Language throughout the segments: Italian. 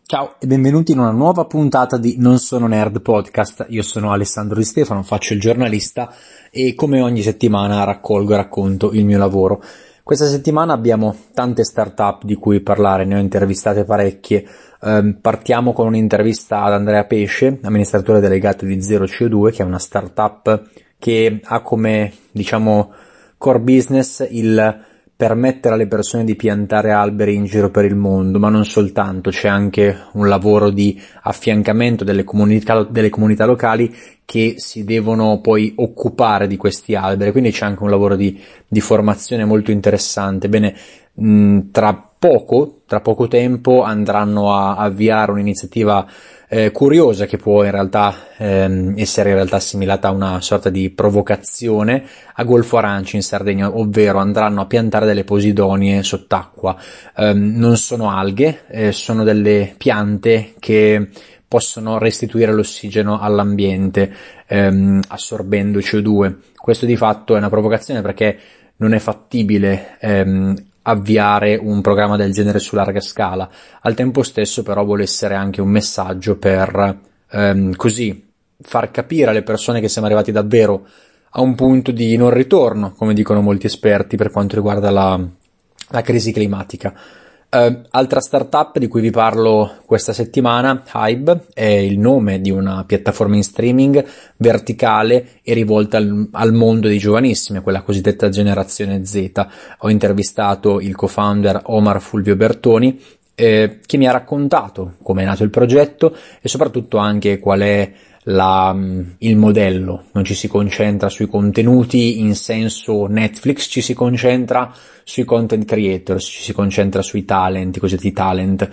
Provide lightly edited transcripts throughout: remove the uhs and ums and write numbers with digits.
Ciao e benvenuti in una nuova puntata di Non sono nerd podcast. Io sono Alessandro Di Stefano, faccio il giornalista e come ogni settimana raccolgo e racconto il mio lavoro. Questa settimana abbiamo tante startup di cui parlare, ne ho intervistate parecchie. Partiamo con un'intervista ad Andrea Pesce, amministratore delegato di Zero CO2, che è una startup che ha come, core business il permettere alle persone di piantare alberi in giro per il mondo, ma non soltanto, c'è anche un lavoro di affiancamento delle comunità locali che si devono poi occupare di questi alberi, quindi c'è anche un lavoro di formazione molto interessante. Bene, tra poco tempo andranno a avviare un'iniziativa curiosa che può in realtà essere in realtà assimilata a una sorta di provocazione a Golfo Aranci in Sardegna, ovvero andranno a piantare delle posidonie sott'acqua. Non sono alghe, sono delle piante che possono restituire l'ossigeno all'ambiente assorbendo CO2. Questo di fatto è una provocazione perché non è fattibile avviare un programma del genere su larga scala. Al tempo stesso però vuole essere anche un messaggio per così far capire alle persone che siamo arrivati davvero a un punto di non ritorno, come dicono molti esperti per quanto riguarda la crisi climatica. Altra startup di cui vi parlo questa settimana, Hybe, è il nome di una piattaforma in streaming verticale e rivolta al mondo dei giovanissimi, quella cosiddetta generazione Z. Ho intervistato il co-founder Omar Fulvio Bertoni, che mi ha raccontato come è nato il progetto e soprattutto anche qual è il modello. Non ci si concentra sui contenuti in senso Netflix, ci si concentra sui content creators, ci si concentra sui talent, i cosiddetti talent,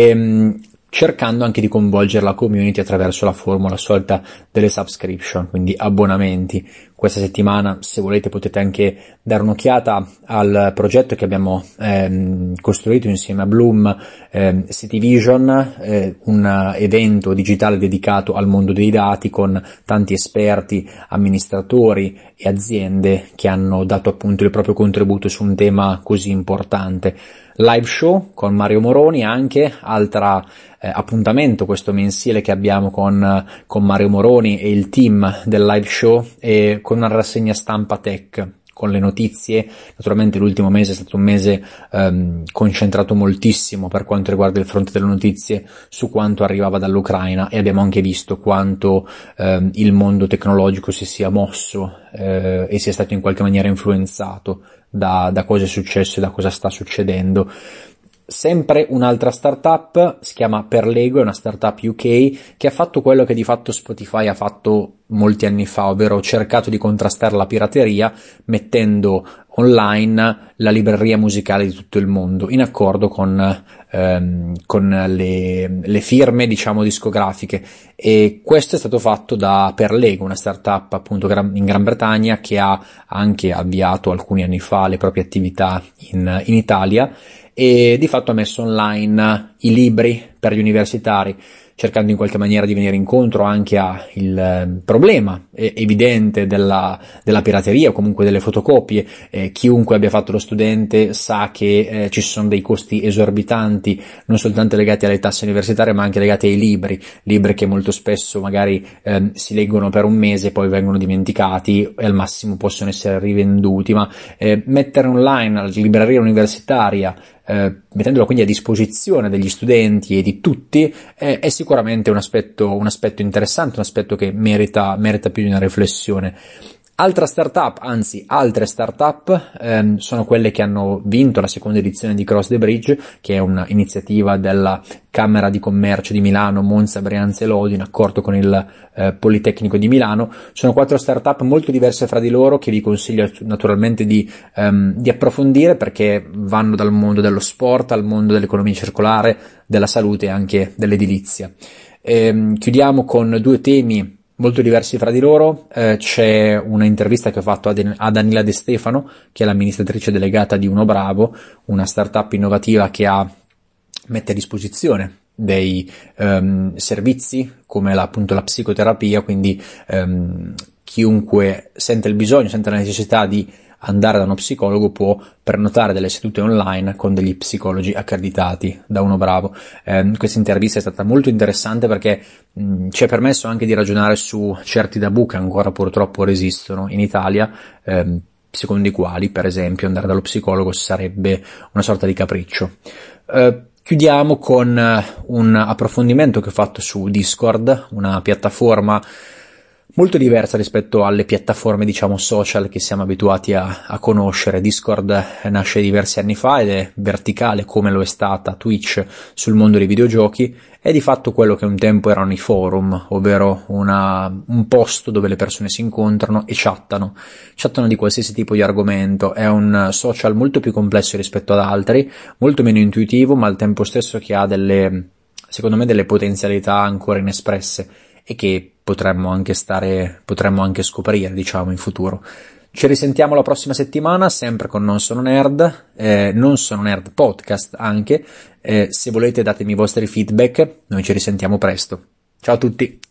cercando anche di coinvolgere la community attraverso la formula solita delle subscription, quindi abbonamenti. Questa settimana, se volete, potete anche dare un'occhiata al progetto che abbiamo costruito insieme a Bloom, City Vision, un evento digitale dedicato al mondo dei dati con tanti esperti, amministratori e aziende che hanno dato appunto il proprio contributo su un tema così importante. Live show con Mario Moroni, anche altra appuntamento questo mensile che abbiamo con Mario Moroni e il team del live show, e con una rassegna stampa tech con le notizie. Naturalmente l'ultimo mese è stato un mese concentrato moltissimo per quanto riguarda il fronte delle notizie su quanto arrivava dall'Ucraina, e abbiamo anche visto quanto il mondo tecnologico si sia mosso e sia stato in qualche maniera influenzato da cosa è successo e da cosa sta succedendo. Sempre un'altra startup, si chiama Perlego, è una startup UK che ha fatto quello che di fatto Spotify ha fatto molti anni fa, ovvero cercato di contrastare la pirateria mettendo online la libreria musicale di tutto il mondo in accordo con le firme discografiche, e questo è stato fatto da Perlego, una startup appunto in Gran Bretagna che ha anche avviato alcuni anni fa le proprie attività in Italia, e di fatto ha messo online i libri per gli universitari, cercando in qualche maniera di venire incontro anche al problema evidente della pirateria o comunque delle fotocopie. Chiunque abbia fatto lo studente sa che ci sono dei costi esorbitanti, non soltanto legati alle tasse universitarie ma anche legati ai libri che molto spesso magari si leggono per un mese e poi vengono dimenticati e al massimo possono essere rivenduti, ma mettere online la libreria universitaria, mettendolo quindi a disposizione degli studenti e di tutti, è sicuramente un aspetto interessante, un aspetto che merita più di una riflessione. Altre startup sono quelle che hanno vinto la seconda edizione di Cross the Bridge, che è un'iniziativa della Camera di Commercio di Milano, Monza, Brianza e Lodi, in accordo con il Politecnico di Milano. Sono 4 startup molto diverse fra di loro che vi consiglio naturalmente di approfondire, perché vanno dal mondo dello sport al mondo dell'economia circolare, della salute e anche dell'edilizia. Chiudiamo con 2 temi molto diversi fra di loro. C'è una intervista che ho fatto a Danila De Stefano, che è l'amministratrice delegata di Uno Bravo, una startup innovativa che mette a disposizione dei servizi come appunto la psicoterapia, quindi chiunque sente la necessità di andare da uno psicologo può prenotare delle sedute online con degli psicologi accreditati da uno bravo. Questa intervista è stata molto interessante perché ci è permesso anche di ragionare su certi tabù che ancora purtroppo resistono in Italia, secondo i quali, per esempio, andare dallo psicologo sarebbe una sorta di capriccio. Chiudiamo con un approfondimento che ho fatto su Discord, una piattaforma molto diversa rispetto alle piattaforme, diciamo, social che siamo abituati a conoscere. Discord nasce diversi anni fa ed è verticale come lo è stata Twitch sul mondo dei videogiochi. È di fatto quello che un tempo erano i forum, ovvero un posto dove le persone si incontrano e chattano di qualsiasi tipo di argomento. È un social molto più complesso rispetto ad altri, molto meno intuitivo, ma al tempo stesso che ha secondo me, delle potenzialità ancora inespresse e che potremmo anche scoprire, diciamo, in futuro. Ci risentiamo la prossima settimana, sempre con Non Sono Nerd, Non Sono Nerd Podcast anche. Se volete datemi i vostri feedback, noi ci risentiamo presto. Ciao a tutti!